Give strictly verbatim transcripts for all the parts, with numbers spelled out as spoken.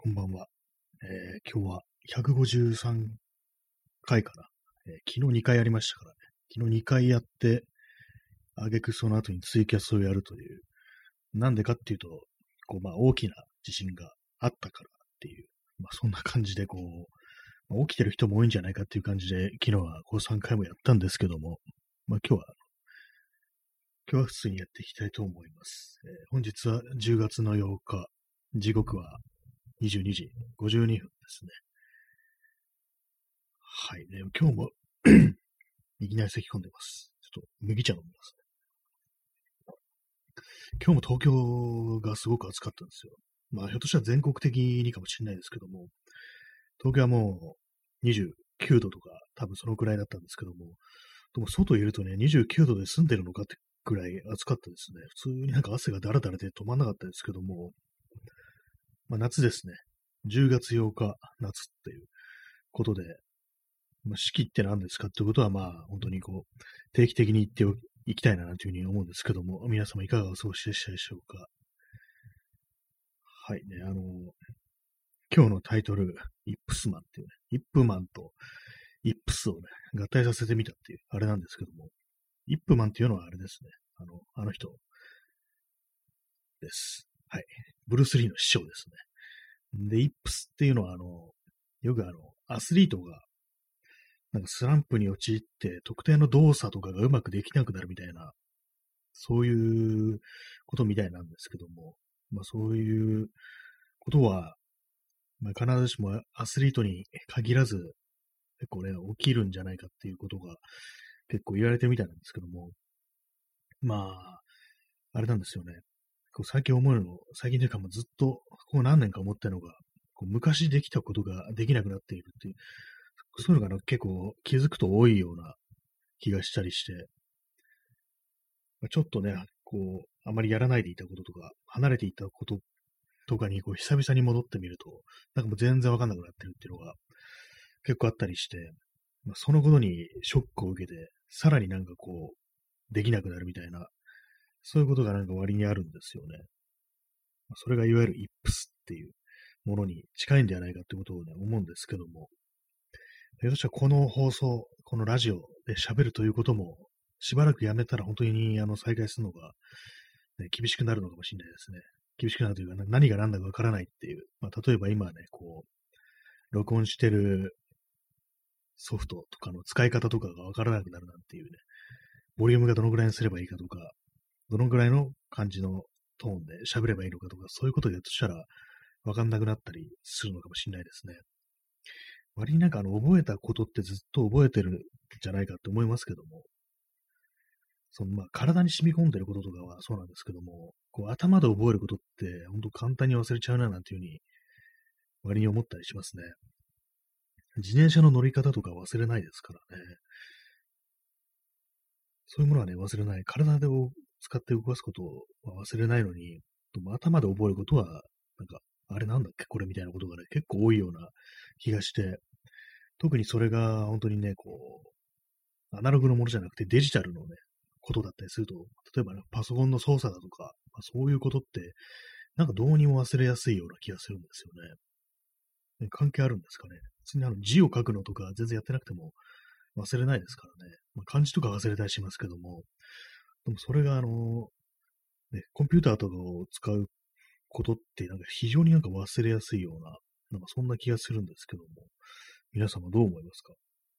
こんばんは。えー今日はひゃくごじゅうさんかいかな、えー昨日にかいやりましたからね。昨日にかいやって、あげくその後にツイキャスをやるという。なんでかっていうと、こう、まあ、大きな地震があったからっていう、まあ、そんな感じで、こう、まあ起きてる人も多いんじゃないかっていう感じで、昨日はこうさんかいもやったんですけども、まあ、今日は、今日は普通にやっていきたいと思います。えー本日はじゅうがつのようか、時刻はにじゅうにじごじゅうにふんですね。はい。ね、今日もいきなり咳込んでます。ちょっと麦茶飲みますね。今日も東京がすごく暑かったんですよ。まあ、ひょっとしたら全国的にかもしれないですけども、東京はもうにじゅうきゅうどとか、多分そのくらいだったんですけども、でも外いるとね、にじゅうきゅうどで済んでるのかってくらい暑かったですね。普通になんか汗がだらだらで止まんなかったですけども、まあ、夏ですね。じゅうがつようか、夏っていうことで、まあ、四季って何ですかってことは、まあ、本当にこう、定期的に言っておきたいな、というふうに思うんですけども、皆様いかがお過ごしでしたでしょうか。はいね、あの、今日のタイトル、イップスマンっていうね、イップマンとイップスをね、合体させてみたっていう、あれなんですけども、イップマンっていうのはあれですね、あの、あの人です。はい。ブルース・リーの師匠ですね。で、イップスっていうのは、あの、よくあの、アスリートがなんかスランプに陥って特定の動作とかがうまくできなくなるみたいな、そういうことみたいなんですけども、まあそういうことは、まあ、必ずしもアスリートに限らず、結構ね、起きるんじゃないかっていうことが結構言われてるみたいなんですけども、まあ、あれなんですよね。こう最近思うの、最近というかもうずっとこう何年か思ってるのが、こう昔できたことができなくなっているっていう、そういうのがな結構気づくと多いような気がしたりして、まあちょっとね、こう、あまりやらないでいたこととか、離れていたこととかに、こう、久々に戻ってみると、なんかもう全然わかんなくなってるっていうのが結構あったりして、まあ、そのことにショックを受けて、さらになんかこう、できなくなるみたいな、そういうことがなんか割にあるんですよね。まあそれがいわゆるイップスっていうものに近いんではないかってことをね、思うんですけども、ひょっとしたらこの放送、このラジオで喋るということも、しばらくやめたら本当にあの再開するのが、ね、厳しくなるのかもしれないですね。厳しくなるというか、な何が何だかわからないっていう。まあ、例えば今ね、こう、録音してるソフトとかの使い方とかがわからなくなるなんていうね、ボリュームがどのぐらいにすればいいかとか、どのぐらいの感じのトーンで喋ればいいのかとか、そういうことをやっとしたらわかんなくなったりするのかもしれないですね。割になんかあの、覚えたことってずっと覚えてるんじゃないかって思いますけども、そのまあ体に染み込んでることとかはそうなんですけども、こう頭で覚えることって本当簡単に忘れちゃうななんていうふうに割に思ったりしますね。自転車の乗り方とか忘れないですからね。そういうものはね、忘れない。体で使って動かすことは忘れないのに、でも頭で覚えることは、なんか、あれなんだっけこれみたいなことがね、結構多いような気がして、特にそれが本当にね、こう、アナログのものじゃなくてデジタルのね、ことだったりすると、例えばね、パソコンの操作だとか、まあ、そういうことって、なんかどうにも忘れやすいような気がするんですよね。ね関係あるんですかね。普通にあの字を書くのとか全然やってなくても忘れないですからね。まあ、漢字とか忘れたりしますけども、でもそれがあの、ね、コンピューターとかを使うことってなんか非常になんか忘れやすいような、なんかそんな気がするんですけども、皆様どう思いますか？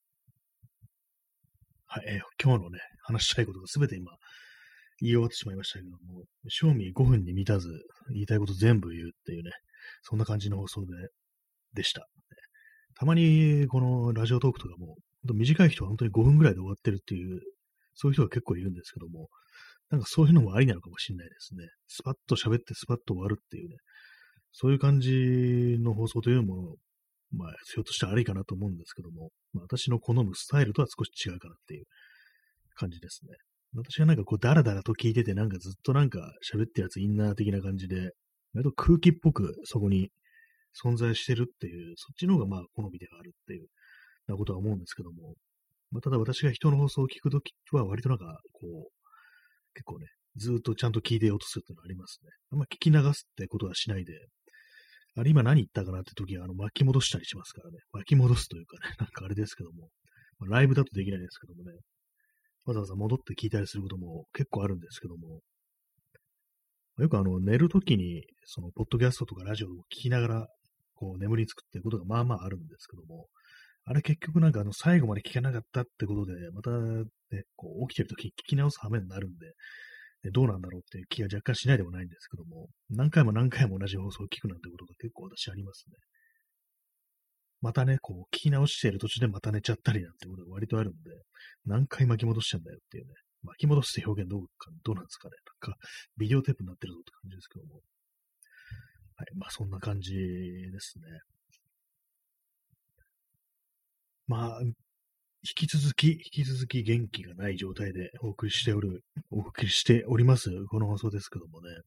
はい、えー今日のね、話したいことがすべて今言い終わってしまいましたけども、賞味ごふんに満たず言いたいこと全部言うっていうね、そんな感じの放送で、でした。たまにこのラジオトークとかも、ほんと短い人は本当にごふんぐらいで終わってるっていう、そういう人が結構いるんですけども、なんかそういうのもありなのかもしれないですね。スパッと喋ってスパッと終わるっていうね、そういう感じの放送というのも、まあ、ひょっとしたらありかなと思うんですけども、まあ、私の好むスタイルとは少し違うかなっていう感じですね。私はなんかこう、ダラダラと聞いてて、なんかずっとなんか喋ってるやつインナー的な感じで、割と空気っぽくそこに存在してるっていう、そっちの方がまあ好みではあるっていうなことは思うんですけども、まあ、ただ私が人の放送を聞くときは割となんかこう、結構ね、ずーっとちゃんと聞いてようとするっていうのはありますね。あんま聞き流すってことはしないで、 あれ今何言ったかなって時は、あの、巻き戻したりしますからね。巻き戻すというかね、なんかあれですけども、まあ、ライブだとできないですけどもね、わざわざ戻って聞いたりすることも結構あるんですけども、よくあの、寝るときに、その、ポッドキャストとかラジオを聞きながら、こう、眠りにつくってことがまあまああるんですけども、あれ結局なんかあの、最後まで聞けなかったってことで、またね、こう、起きてるときに聞き直す羽目になるんで、でどうなんだろうっていう気が若干しないでもないんですけども、何回も何回も同じ放送を聞くなんてことが結構私ありますね。またね、こう、聞き直している途中でまた寝ちゃったりなんてことが割とあるんで、何回巻き戻してんだよっていうね。巻き戻すって表現どうか、どうなんですかね。なんか、ビデオテープになってるぞって感じですけども。はい。まあ、そんな感じですね。まあ、引き続き、引き続き元気がない状態でお送りしておる、お送りしております、この放送ですけどもね。やっ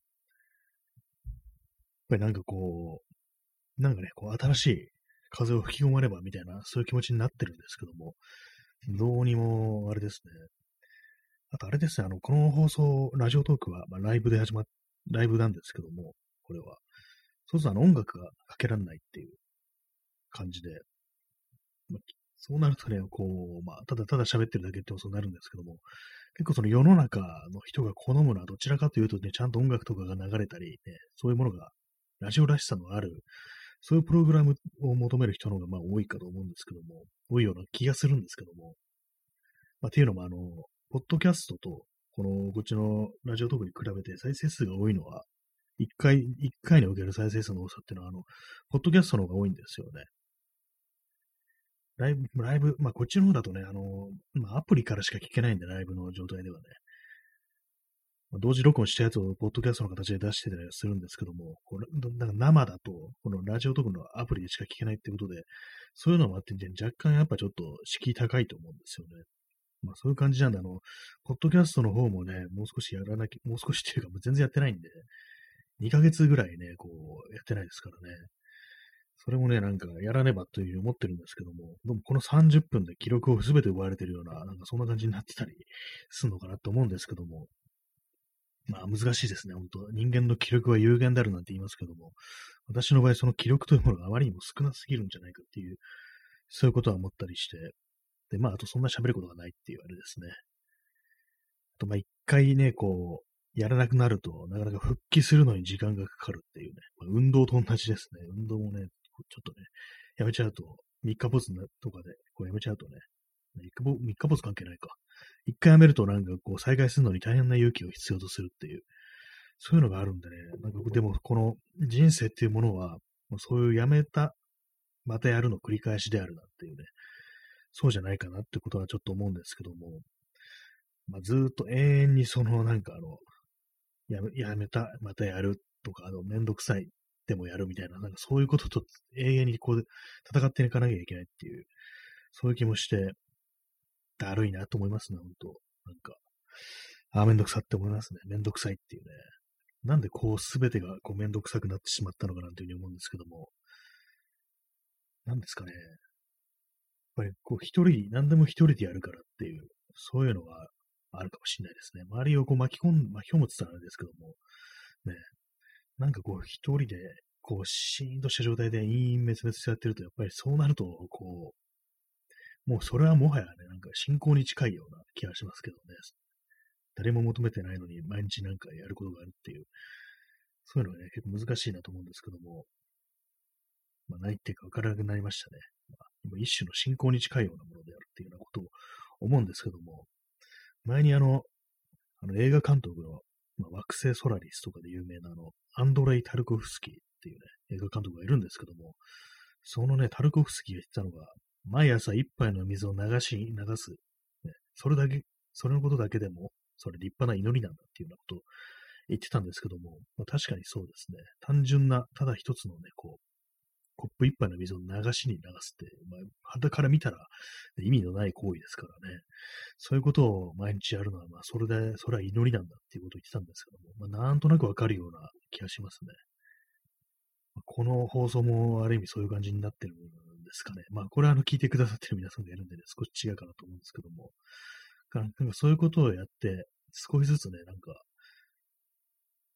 ぱりなんかこう、なんかね、こう、新しい風を吹き込まればみたいな、そういう気持ちになってるんですけども、どうにも、あれですね。あとあれですね、あの、この放送、ラジオトークは、まあ、ライブで始まっ、ライブなんですけども、これは。そうするとあの音楽がかけられないっていう感じで、まあ、そうなるとね、こう、まあ、ただただ喋ってるだけってことになるんですけども、結構その世の中の人が好むのはどちらかというとね、ちゃんと音楽とかが流れたり、ね、そういうものが、ラジオらしさのある、そういうプログラムを求める人の方がまあ多いかと思うんですけども、多いような気がするんですけども、まあ、っていうのもあの、ポッドキャストと、この、こっちのラジオトークに比べて再生数が多いのは、一回、一回における再生数の多さっていうのは、あの、ポッドキャストの方が多いんですよね。ライブ、ライブ、まあ、こっちの方だとね、あの、まあ、アプリからしか聞けないんで、ライブの状態ではね。まあ、同時録音したやつをポッドキャストの形で出してたりするんですけども、これなんか生だと、このラジオトークのアプリでしか聞けないってことで、そういうのもあって、若干やっぱちょっと敷居高いと思うんですよね。まあそういう感じなんで、あの、ポッドキャストの方もね、もう少しやらなきゃ、もう少しっていうか、もう全然やってないんで、にかげつぐらいね、こう、やってないですからね。それもね、なんか、やらねばというふうに思ってるんですけども、でもこのさんじゅっぷんで記録を全て奪われてるような、なんかそんな感じになってたりするのかなと思うんですけども、まあ難しいですね、本当人間の記録は有限であるなんて言いますけども、私の場合、その記録というものがあまりにも少なすぎるんじゃないかっていう、そういうことは思ったりして、で、まあ、あとそんな喋ることがないっていうあれですね。あと、まあ、一回ね、こう、やらなくなると、なかなか復帰するのに時間がかかるっていうね。まあ、運動と同じですね。運動もね、ちょっとね、やめちゃうと、三日坊主とかで、こうやめちゃうとね、三日坊三日坊主関係ないか。一回やめるとなんかこう再開するのに大変な勇気を必要とするっていう、そういうのがあるんでね、なんかでもこの人生っていうものは、もうそういうやめた、またやるの繰り返しであるなっていうね、そうじゃないかなってことはちょっと思うんですけども、まあ、ずーっと永遠にそのなんかあの、やめ、やめた、またやるとか、あの、めんどくさい、でもやるみたいな、なんかそういうことと永遠にこう、戦っていかなきゃいけないっていう、そういう気もして、だるいなと思いますね、本当なんか、ああ、めんどくさって思いますね。めんどくさいっていうね。なんでこう、すべてがこう、めんどくさくなってしまったのかなというふうに思うんですけども、なんですかね。やっぱりこう、一人、何でも一人でやるからっていう、そういうのがあるかもしれないですね。周りをこう巻き込ん、巻き込むって言ったらあれですけども、ね、なんかこう、一人で、こう、シーンとした状態で陰滅滅しちゃってると、やっぱりそうなると、こう、もうそれはもはやね、なんか信仰に近いような気がしますけどね。誰も求めてないのに毎日なんかやることがあるっていう、そういうのがね、結構難しいなと思うんですけども、まあ、ないっていうか分からなくなりましたね。まあ、今一種の信仰に近いようなものであるっていうようなことを思うんですけども、前にあの、あの映画監督の、まあ、惑星ソラリスとかで有名なあの、アンドレイ・タルコフスキーっていうね、映画監督がいるんですけども、そのね、タルコフスキーが言ってたのが、毎朝一杯の水を流し、流す。ね、それだけ、それのことだけでも、それ立派な祈りなんだっていうようなことを言ってたんですけども、まあ、確かにそうですね。単純な、ただ一つのね、こう、コップ一杯の水を流しに流すって、まあ、肌から見たら意味のない行為ですからね。そういうことを毎日やるのは、まあ、それで、それは祈りなんだっていうことを言ってたんですけども、まあ、なんとなくわかるような気がしますね。まあ、この放送もある意味そういう感じになってるんですかね。まあ、これはあの聞いてくださってる皆さんがいるんでね、少し違うかなと思うんですけども、なんかそういうことをやって、少しずつね、なんか、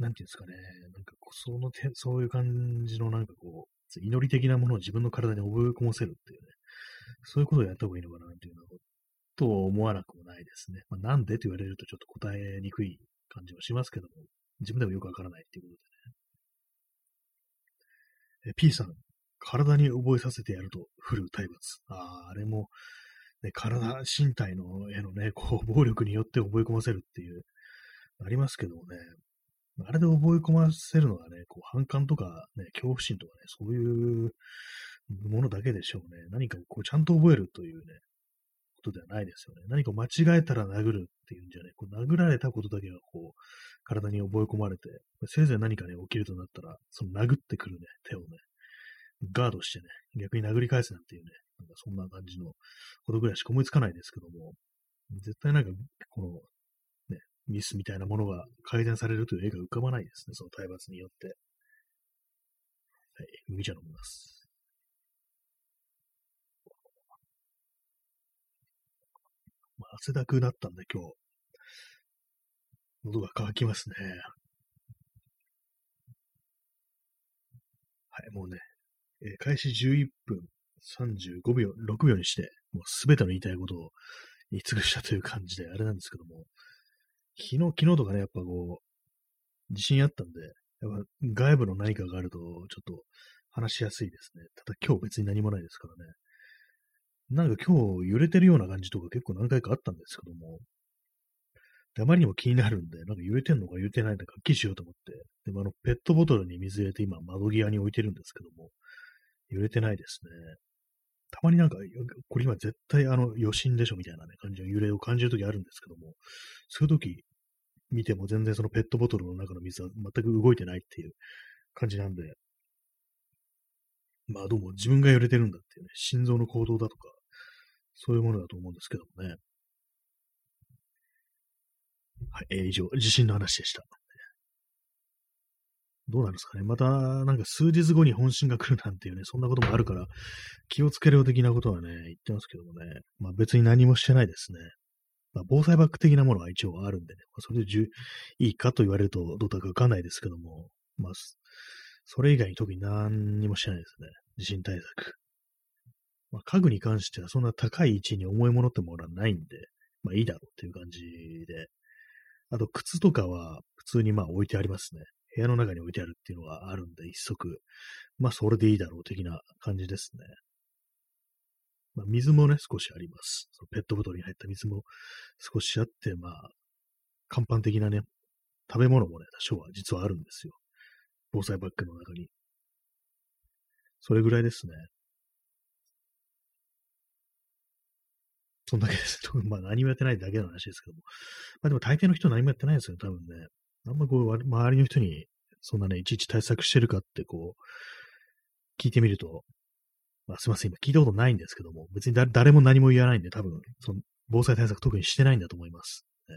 なんていうんですかね、なんかこう、そのて、そういう感じのなんかこう、祈り的なものを自分の体に覚え込ませるっていうね、そういうことをやった方がいいのかなっていうのは、と思わなくもないですね。まあ、なんでと言われるとちょっと答えにくい感じはしますけども、自分でもよくわからないっていうことで。え、P さん、体に覚えさせてやると降る体罰。ああ、あれも、ね、体、身体のへのね、こう、暴力によって覚え込ませるっていう、ありますけどもね、あれで覚え込ませるのはね、こう反感とか、ね、恐怖心とかね、そういうものだけでしょうね。何かをこうちゃんと覚えるというね、ことではないですよね。何か間違えたら殴るっていうんじゃね、こう殴られたことだけがこう、体に覚え込まれて、せいぜい何かね、起きるとなったら、その殴ってくるね、手をね、ガードしてね、逆に殴り返すなんていうね、なんかそんな感じのことぐらいしか思いつかないですけども、絶対なんか、この、ね、ミスみたいなものが改善されるという絵が浮かばないですね、その体罰によって。はい、麦茶飲みます。まあ、汗だくだったんで今日、喉が渇きますね。はい、もうね、えー開始じゅういっぷんさんじゅうごびょう、ろくびょうにして、もうすべての言いたいことを言い尽くしたという感じで、あれなんですけども、昨日、昨日とかね、やっぱこう、地震あったんで、やっぱ外部の何かがあると、ちょっと話しやすいですね。ただ今日別に何もないですからね。なんか今日揺れてるような感じとか結構何回かあったんですけども、であまりにも気になるんで、なんか揺れてんのか揺れてないのかはっきりしようと思って、でもあのペットボトルに水入れて今窓際に置いてるんですけども、揺れてないですね。たまになんか、これ今絶対あの余震でしょみたいなね、感じの揺れを感じるときあるんですけども、そういうとき見ても全然そのペットボトルの中の水は全く動いてないっていう感じなんで、まあどうも自分が揺れてるんだっていうね、心臓の行動だとか、そういうものだと思うんですけどもね。はい、えー以上、地震の話でした。どうなんですかね。また、なんか数日後に本震が来るなんていうね、そんなこともあるから、気をつけるよ的なことはね、言ってますけどもね。まあ別に何もしてないですね。まあ防災バッグ的なものは一応あるんでね。まあ、それでじゅいいかと言われるとどうだかわかんないですけども、まあ、それ以外に特に何にもしてないですね。地震対策。まあ家具に関してはそんな高い位置に重いものってものはないんで、まあいいだろうっていう感じで。あと靴とかは普通にまあ置いてありますね。部屋の中に置いてあるっていうのがあるんで、一足。まあ、それでいいだろう的な感じですね。まあ、水もね、少しあります。そのペットボトルに入った水も少しあって、まあ、乾パン的なね、食べ物もね、多少は実はあるんですよ。防災バッグの中に。それぐらいですね。そんだけです。まあ、何もやってないだけの話ですけども。まあ、でも大抵の人は何もやってないですよ、多分ね。あんまこう、周りの人に、そんなね、いちいち対策してるかって、こう、聞いてみると、まあ、すいません、今聞いたことないんですけども、別に誰誰も何も言わないんで、多分、その防災対策特にしてないんだと思います。ね、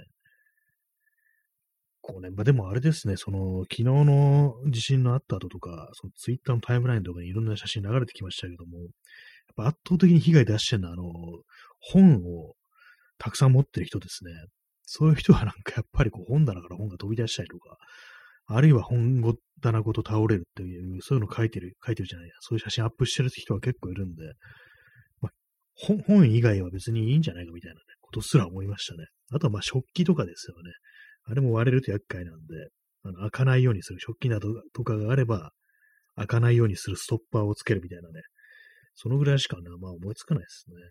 こうね、まあ、でもあれですね、その、昨日の地震のあった後とか、そのツイッターのタイムラインとかにいろんな写真流れてきましたけども、やっぱ圧倒的に被害出してるのは、あの、本をたくさん持ってる人ですね。そういう人はなんかやっぱりこう本棚から本が飛び出したりとか、あるいは本棚ごと倒れるっていう、そういうの書いてる、書いてるじゃないや、そういう写真アップしてる人は結構いるんで、まあ、本本以外は別にいいんじゃないかみたいな、ね、ことすら思いましたね。あとはまあ食器とかですよね。あれも割れると厄介なんで、あの開かないようにする食器などとかがあれば、開かないようにするストッパーをつけるみたいなね。そのぐらいしかね、まあ思いつかないですね。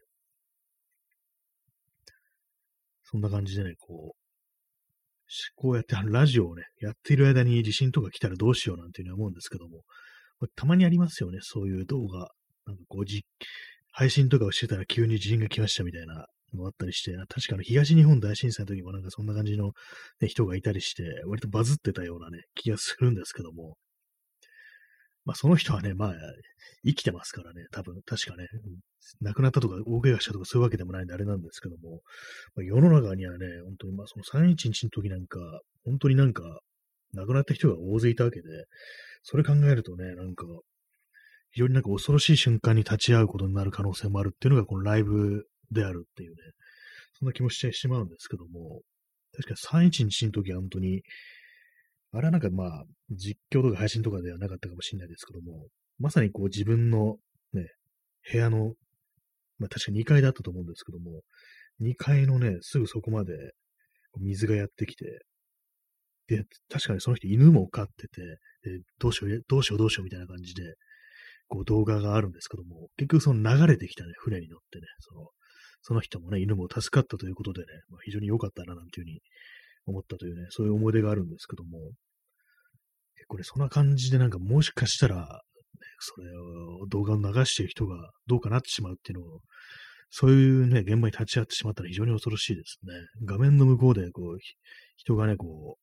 そんな感じでね、こう、こうやってラジオをね、やっている間に地震とか来たらどうしようなんていうふうに思うんですけども、これたまにありますよね、そういう動画。なんかこうじ、配信とかをしてたら急に地震が来ましたみたいなのあったりして、確かの東日本大震災の時もなんかそんな感じの、ね、人がいたりして、割とバズってたようなね、気がするんですけども、まあその人はね、まあ生きてますからね、多分、確かね、うん、亡くなったとか大怪我したとかそういうわけでもないんであれなんですけども、まあ、世の中にはね、本当にまあそのさんいちいちの時なんか、本当になんか亡くなった人が大勢いたわけで、それ考えるとね、なんか、非常になんか恐ろしい瞬間に立ち会うことになる可能性もあるっていうのがこのライブであるっていうね、そんな気もしちゃいしまうんですけども、確かさんいちにちの時は本当に、 あれはなんかまあ、実況とか配信とかではなかったかもしれないですけども、まさにこう自分のね、部屋の、まあ確かにかいだったと思うんですけども、にかいのね、すぐそこまで水がやってきて、で、確かにその人犬も飼ってて、でどうしよう、どうしようどうしようみたいな感じで、こう動画があるんですけども、結局その流れてきたね、船に乗ってね、その、その人もね、犬も助かったということでね、まあ、非常に良かったな、なんていうふうに思ったというね、そういう思い出があるんですけども、結構ね、そんな感じでなんかもしかしたら、ね、それを動画を流している人がどうかなってしまうっていうのを、そういうね、現場に立ち会ってしまったら非常に恐ろしいですね。画面の向こうで、こう、人がね、こ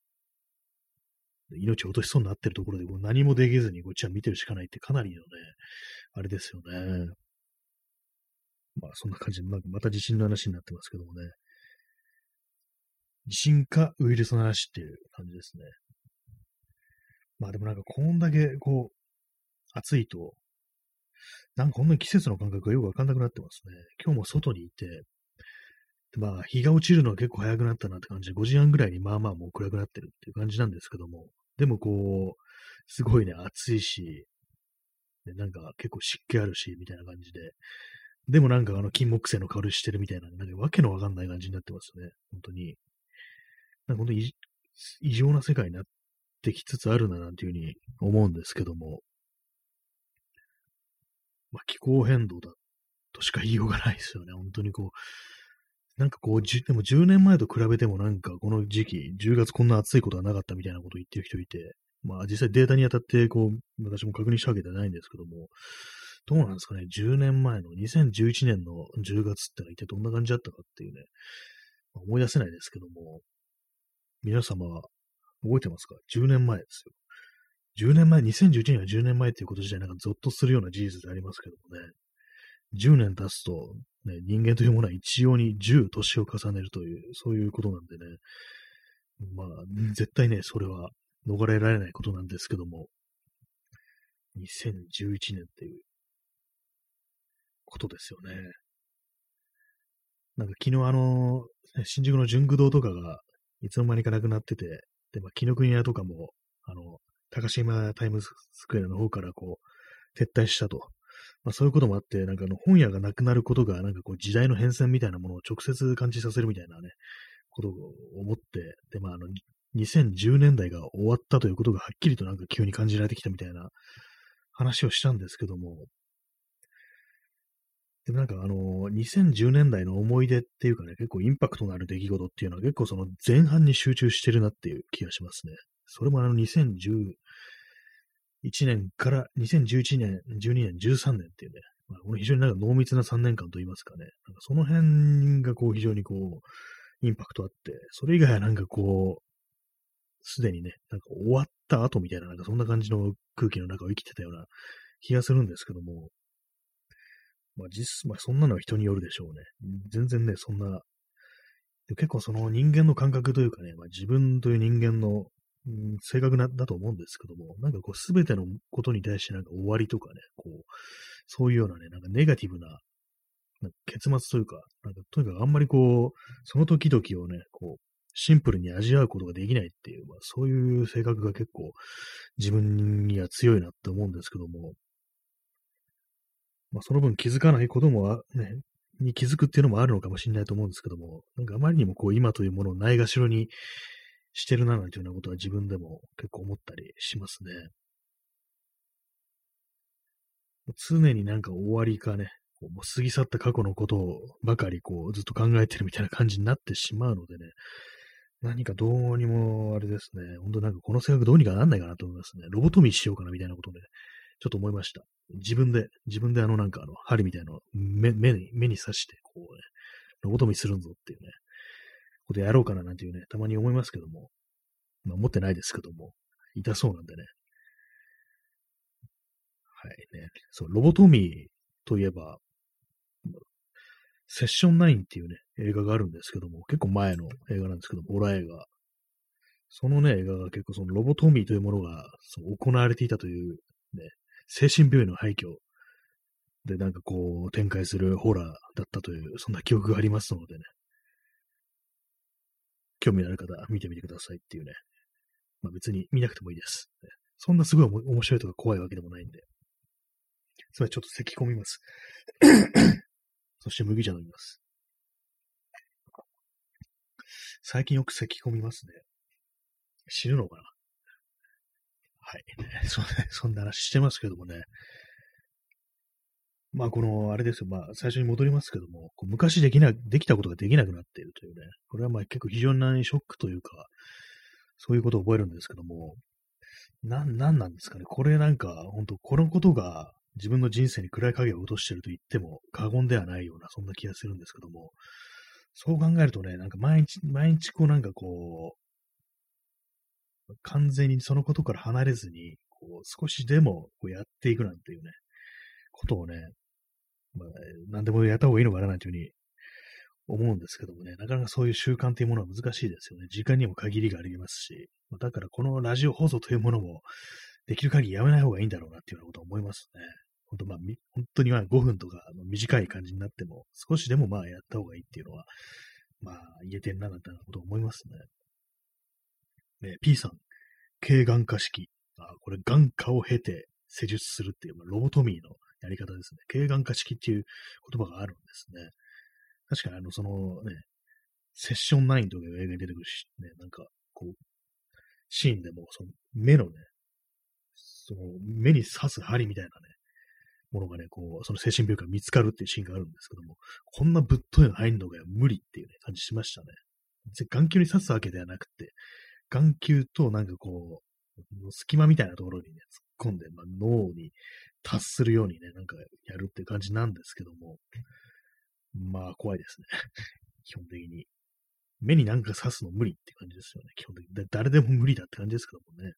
う、命を落としそうになってるところで、こう何もできずにこっちは見てるしかないってかなりのね、あれですよね。まあ、そんな感じで、なんかまた地震の話になってますけどもね。地震かウイルスの話っていう感じですね。まあでもなんかこんだけこう、暑いと、なんかこんなに季節の感覚がよくわかんなくなってますね。今日も外にいて、まあ日が落ちるのは結構早くなったなって感じで、ごじはんぐらいにまあまあもう暗くなってるっていう感じなんですけども、でもこう、すごいね、暑いし、ね、なんか結構湿気あるし、みたいな感じで、でもなんかあの金木犀の香りしてるみたいな、なんかわけのわかんない感じになってますね。本当に。なんか本当に異常な世界になってきつつあるななんていうふうに思うんですけども、まあ、気候変動だとしか言いようがないですよね。本当にこう、なんかこう、じでもじゅうねんまえと比べてもなんかこの時期、じゅうがつこんな暑いことはなかったみたいなことを言ってる人いて、まあ実際データに当たってこう、私も確認したわけではないんですけども、どうなんですかね、じゅうねんまえのにせんじゅういちねんのじゅうがつってのは一体どんな感じだったかっていうね、まあ思い出せないですけども、皆様は覚えてますか？ じゅう 年前ですよ。じゅうねんまえ、にせんじゅういちねんはじゅうねんまえっていうこと自体なんかゾッとするような事実でありますけどもね、じゅうねん経つと、ね、人間というものは一様にじゅう年を重ねるという、そういうことなんでね、まあ、絶対ね、それは逃れられないことなんですけども、にせんじゅういちねんっていうことですよね。なんか昨日あの、新宿の純駆堂とかがいつの間にかなくなってて、で、まあ、紀ノ国屋とかも、あの、高島タイムズスクエアの方からこう、撤退したと。まあ、そういうこともあって、なんかあの本屋がなくなることが、なんかこう時代の変遷みたいなものを直接感じさせるみたいなね、ことを思って、で、まああの、にせんじゅうねんだいが終わったということがはっきりとなんか急に感じられてきたみたいな話をしたんですけども、でもなんかあの、にせんじゅうねんだいの思い出っていうかね、結構インパクトのある出来事っていうのは結構その前半に集中してるなっていう気がしますね。それもあのにせんじゅういちねんからにせんじゅういちねん、じゅうにねん、じゅうさんねんっていうね、まあ、この非常になんか濃密なさんねんかんといいますかね、なんかその辺がこう非常にこう、インパクトあって、それ以外はなんかこう、すでにね、なんか終わった後みたいな、なんかそんな感じの空気の中を生きてたような気がするんですけども、まあ実、まあそんなのは人によるでしょうね。全然ね、そんな、結構その人間の感覚というかね、まあ自分という人間の、うん、性格なだと思うんですけども、なんかこうすべてのことに対してなんか終わりとかね、こう、そういうようなね、なんかネガティブな、なんか結末というか、なんかとにかくあんまりこう、その時々をね、こう、シンプルに味わうことができないっていう、まあそういう性格が結構自分には強いなって思うんですけども、まあ、その分気づかないこともあ、ね、に気づくっていうのもあるのかもしれないと思うんですけども、なんかあまりにもこう今というものをないがしろにしてるななんていうようなことは自分でも結構思ったりしますね。常になんか終わりかね、こうもう過ぎ去った過去のことをばかりこうずっと考えてるみたいな感じになってしまうのでね、何かどうにもあれですね、本当なんかこの性格どうにかなんないかなと思いますね。ロボトミーしようかなみたいなことで、ちょっと思いました。自分で、自分であのなんかあの針みたいなのを目目に、目に刺して、こうね、ロボトミーするんぞっていうね、ことやろうかななんていうね、たまに思いますけども、まあ思ってないですけども、痛そうなんでね。はいね。そう、ロボトミーといえば、セッションナインっていうね、映画があるんですけども、結構前の映画なんですけども、ホラー映画。そのね、映画が結構そのロボトミーというものがそう行われていたというね、精神病院の廃墟でなんかこう展開するホラーだったという、そんな記憶がありますのでね、興味のある方見てみてくださいっていうね、 まあ別に見なくてもいいです。ね、そんなすごい面白いとか怖いわけでもないんで。それちょっと咳込みます。そして麦茶飲みます。最近よく咳込みますね。死ぬのかな。はい。そそんな話してますけどもね。まあ、この、あれですよ。まあ、最初に戻りますけども、こう昔できな、できたことができなくなっているというね。これはまあ結構非常にショックというか、そういうことを覚えるんですけども、なん、なんなんですかね。これなんか、本当このことが自分の人生に暗い影を落としていると言っても過言ではないような、そんな気がするんですけども、そう考えるとね、なんか毎日、毎日こうなんかこう、完全にそのことから離れずに、こう少しでもこうやっていくなんていうね、ことをね、まあ、何でもやった方がいいのかななんていうふうに思うんですけどもね、なかなかそういう習慣というものは難しいですよね。時間にも限りがありますし、だからこのラジオ放送というものも、できる限りやめない方がいいんだろうなっていうようなことを思いますね。本当まあ、本当にまあごふんとかの短い感じになっても、少しでもまあやった方がいいっていうのは、まあ言えてんななんてことを思いますね。ね P さん、軽眼化式。あ、これ眼科を経て施術するっていう、まあ、ロボトミーのやり方ですね。軽眼化式っていう言葉があるんですね。確かにあの、そのね、セッションナインとかいう映画に出てくるし、ね、なんか、こう、シーンでも、その目のね、その目に刺す針みたいなね、ものがね、こう、その精神病院から見つかるっていうシーンがあるんですけども、こんなぶっといの入んのが無理っていうね、感じしましたね。眼球に刺すわけではなくて、眼球となんかこう、隙間みたいなところにね、突っ込んで、まあ、脳に達するようにね、なんかやるっていう感じなんですけども、まあ怖いですね。基本的に。目になんか刺すの無理って感じですよね。基本的に。だ誰でも無理だって感じですけどもね。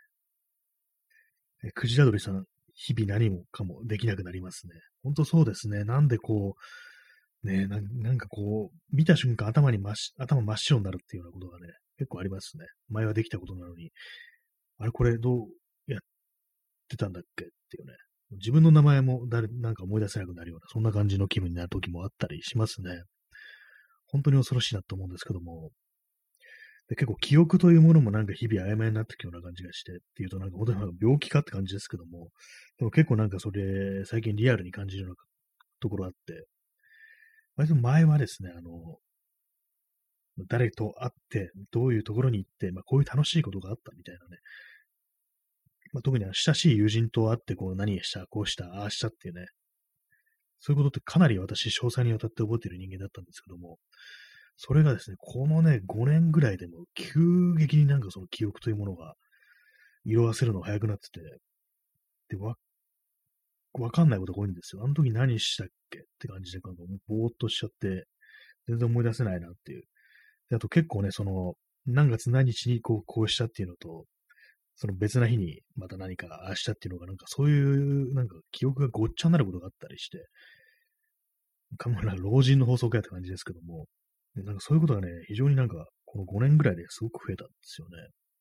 え、クジラドリさん、日々何もかもできなくなりますね。ほんとそうですね。なんでこう、ねな、なんかこう、見た瞬間頭に真っし、頭真っ白になるっていうようなことがね、結構ありますね。前はできたことなのに、あれこれどうやってたんだっけっていうね。自分の名前も誰、なんか思い出せなくなるような、そんな感じの気分になる時もあったりしますね。本当に恐ろしいなと思うんですけども、で結構記憶というものもなんか日々曖昧になっていくような感じがして、っていうとなんか本当になんか病気かって感じですけども、でも結構なんかそれ、最近リアルに感じるようなところあって、割と前はですね、あの、誰と会って、どういうところに行って、まあこういう楽しいことがあったみたいなね、まあ、特に親しい友人と会って、こう何した、こうした、ああしたっていうね、そういうことってかなり私、詳細にわたって覚えている人間だったんですけども、それがですね、このね、ごねんぐらいでも急激になんかその記憶というものが色褪せるのが早くなってて、で、わ、わかんないことが多いんですよ。あの時何したっけって感じで、なんかもうぼーっとしちゃって、全然思い出せないなっていう。であと結構ね、その、何月何日にこう、こうしたっていうのと、その別な日にまた何かああしたっていうのが、なんかそういう、なんか記憶がごっちゃになることがあったりして、かもな老人の法則やって感じですけども、でなんかそういうことがね、非常になんか、このごねんぐらいですごく増えたんですよね。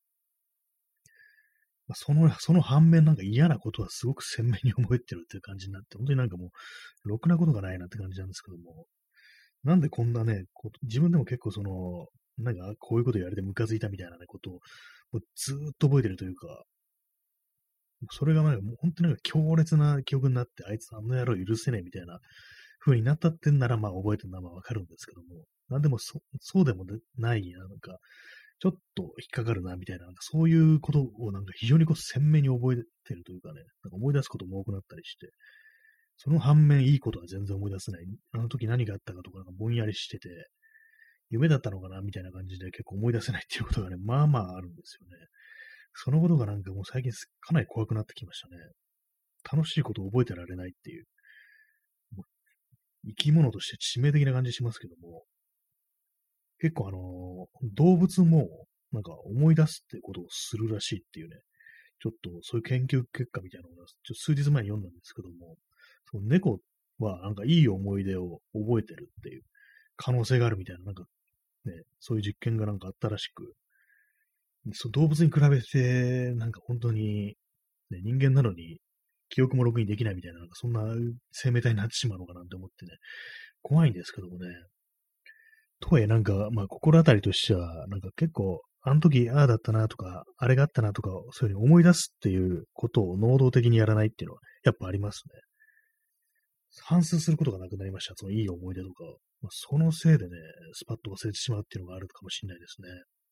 まあ、その、その反面なんか嫌なことはすごく鮮明に覚えてるっていう感じになって、本当になんかもう、ろくなことがないなって感じなんですけども、なんでこんなね、こう自分でも結構その、なんかこういうこと言われてムカついたみたいなね、ことを、もうずーっと覚えてるというか、それがなんかもう本当になんか強烈な記憶になって、あいつあの野郎許せねえみたいな風になったってんなら、まあ覚えてるのはまあわかるんですけども、なんでもそそうでもない、なんか、ちょっと引っかかるなみたいな、なんかそういうことをなんか非常にこう鮮明に覚えてるというかね、なんか思い出すことも多くなったりして、その反面いいことは全然思い出せない。あの時何があったかとかなんかぼんやりしてて、夢だったのかなみたいな感じで結構思い出せないっていうことがね、まあまああるんですよね。そのことがなんかもう最近かなり怖くなってきましたね。楽しいことを覚えてられないっていう、もう生き物として致命的な感じしますけども、結構あのー動物もなんか思い出すってことをするらしいっていうね、ちょっとそういう研究結果みたいなのをちょ数日前に読んだんですけども、その猫はなんかいい思い出を覚えてるっていう可能性があるみたいな、なんかね、そういう実験がなんかあったらしく、そう動物に比べて、なんか本当に、ね、人間なのに記憶もろくにできないみたいな、なんかそんな生命体になってしまうのかなって思ってね、怖いんですけどもね。とはいえなんか、まあ心当たりとしては、なんか結構あの時、ああだったなとか、あれがあったなとか、そういうふうに思い出すっていうことを能動的にやらないっていうのは、やっぱありますね。反芻することがなくなりました。そのいい思い出とかを。まあ、そのせいでね、スパッと忘れてしまうっていうのがあるかもしれないですね。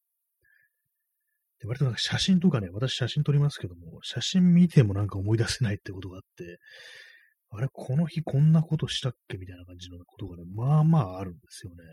で割となんか写真とかね、私写真撮りますけども、写真見てもなんか思い出せないってことがあって、あれ、この日こんなことしたっけみたいな感じのことがね、まあまああるんですよね。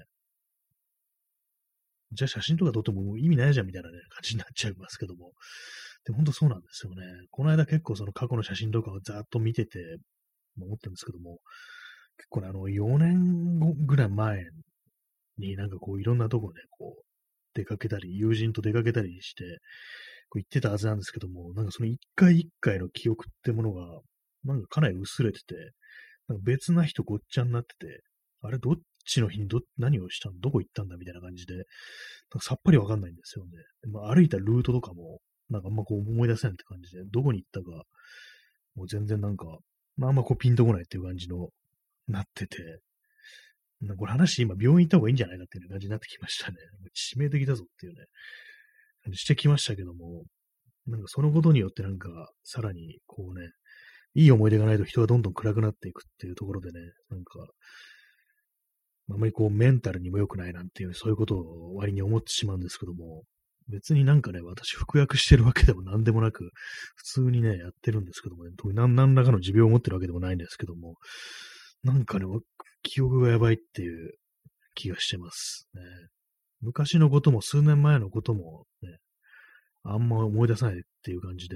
じゃあ写真とか撮ってももう意味ないじゃんみたいなね、感じになっちゃいますけども。で、ほんとそうなんですよね。この間結構その過去の写真とかをざーっと見てて、思ったんですけども、結構ね、あの、よねんごぐらい前になんかこういろんなとこね、こう、出かけたり、友人と出かけたりして、こう行ってたはずなんですけども、なんかその一回一回の記憶ってものが、なんかかなり薄れてて、なんか別な人ごっちゃになってて、あれどっちの日にど、何をしたのどこ行ったんだみたいな感じで、なんかさっぱりわかんないんですよね。でまあ、歩いたルートとかも、なんかあんまこう思い出せないって感じで、どこに行ったか、もう全然なんか、まああんまこうピンとこないっていう感じの、なってて、なんかこれ話今病院行った方がいいんじゃないかっていう感じになってきましたね。致命的だぞっていうね、感じしてきましたけども、なんかそのことによってなんか、さらにこうね、いい思い出がないと人がどんどん暗くなっていくっていうところでね、なんか、あまりこうメンタルにも良くないなんていう、そういうことを割に思ってしまうんですけども、別になんかね、私服薬してるわけでも何でもなく、普通にね、やってるんですけどもね、特に何何らかの持病を持ってるわけでもないんですけども、なんかね、記憶がやばいっていう気がしてますね。昔のことも数年前のこともね、あんま思い出さないっていう感じで、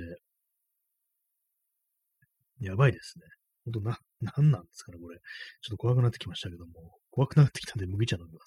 やばいですね。ほんとな、なんなんですかね、これ。ちょっと怖くなってきましたけども、怖くなってきたんで麦茶飲みます。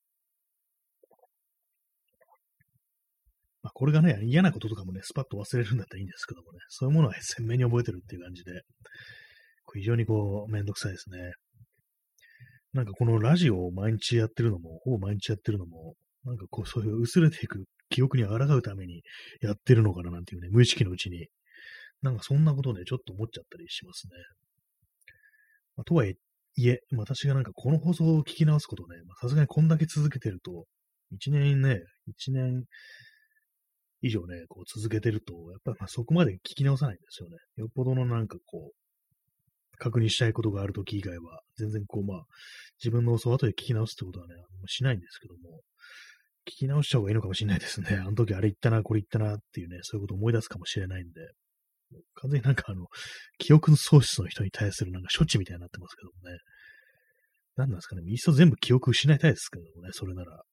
まあ、これがね、嫌なこととかもね、スパッと忘れるんだったらいいんですけどもね、そういうものは鮮明に覚えてるっていう感じで、非常にこう、めんどくさいですね。なんかこのラジオを毎日やってるのも、ほぼ毎日やってるのも、なんかこう、そういう薄れていく記憶に抗うためにやってるのかななんていうね、無意識のうちに、なんかそんなことね、ちょっと思っちゃったりしますね。まあ、とはいえ、私がなんかこの放送を聞き直すことね、さすがにこんだけ続けてると、一年ね、一年以上ね、こう続けてると、やっぱりまあそこまで聞き直さないんですよね。よっぽどのなんかこう、確認したいことがあるとき以外は、全然こうまあ、自分のそ後で聞き直すってことはね、しないんですけども、聞き直した方がいいのかもしれないですね。あの時あれ言ったな、これ言ったなっていうね、そういうことを思い出すかもしれないんで、完全になんかあの、記憶喪失の人に対するなんか処置みたいになってますけどもね。何なんですかね。いっそ全部記憶失いたいですけどもね、それなら。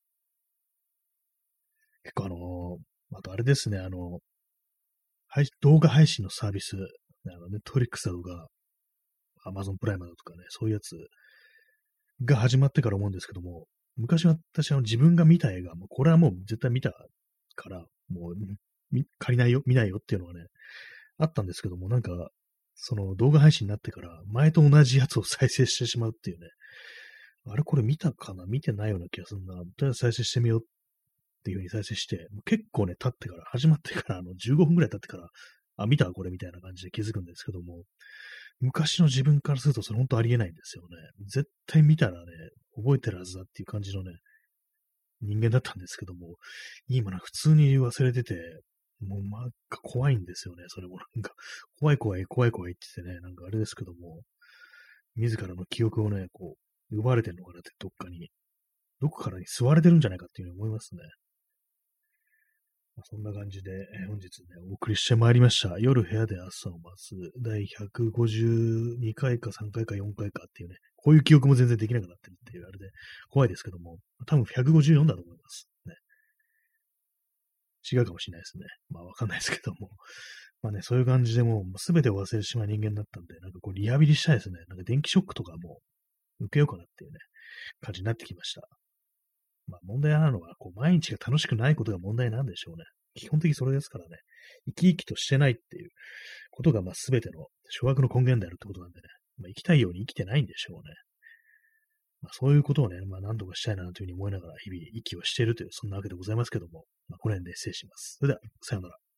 結構あのーあとあれですね、あの、配動画配信のサービス、あの、ネットフリックスだとか、アマゾンプライムだとかね、そういうやつが始まってから思うんですけども、昔私あの自分が見た映画、もうこれはもう絶対見たから、もう、み借りないよ、見ないよっていうのはね、あったんですけども、なんか、その動画配信になってから、前と同じやつを再生してしまうっていうね、あれこれ見たかな見てないような気がするな。とりあえず再生してみようっていう風に再生して、結構ね、経ってから、始まってから、あの、じゅうごふんくらい経ってから、あ、見たこれみたいな感じで気づくんですけども、昔の自分からするとそれ本当ありえないんですよね。絶対見たらね、覚えてるはずだっていう感じのね、人間だったんですけども、今な普通に忘れてて、もうなんか怖いんですよね。それもなんか、怖い怖い怖い怖いって言ってね、なんかあれですけども、自らの記憶をね、こう、奪われてるのかなってどっかに、どこからに吸われてるんじゃないかっていうふうに思いますね。まあそんな感じで、えー本日ね、お送りしてまいりました。夜部屋で朝を待つ第ひゃくごじゅうにかいかさんかいかよんかいかっていうね、こういう記憶も全然できなくなってるっていうあれで怖いですけども、多分ひゃくごじゅうよんだと思います。ね、違うかもしれないですね。まあわかんないですけども。まあね、そういう感じでもうすべてを忘れてしまう人間だったんで、なんかこうリハビリしたいですね。なんか電気ショックとかも受けようかなっていうね、感じになってきました。まあ問題なのは、こう毎日が楽しくないことが問題なんでしょうね。基本的にそれですからね。生き生きとしてないっていうことが、まあ全ての諸悪の根源であるってことなんでね。まあ生きたいように生きてないんでしょうね。まあそういうことをね、まあ何とかしたいなというふうに思いながら日々息をしているという、そんなわけでございますけども、まあこの辺で失礼します。それでは、さようなら。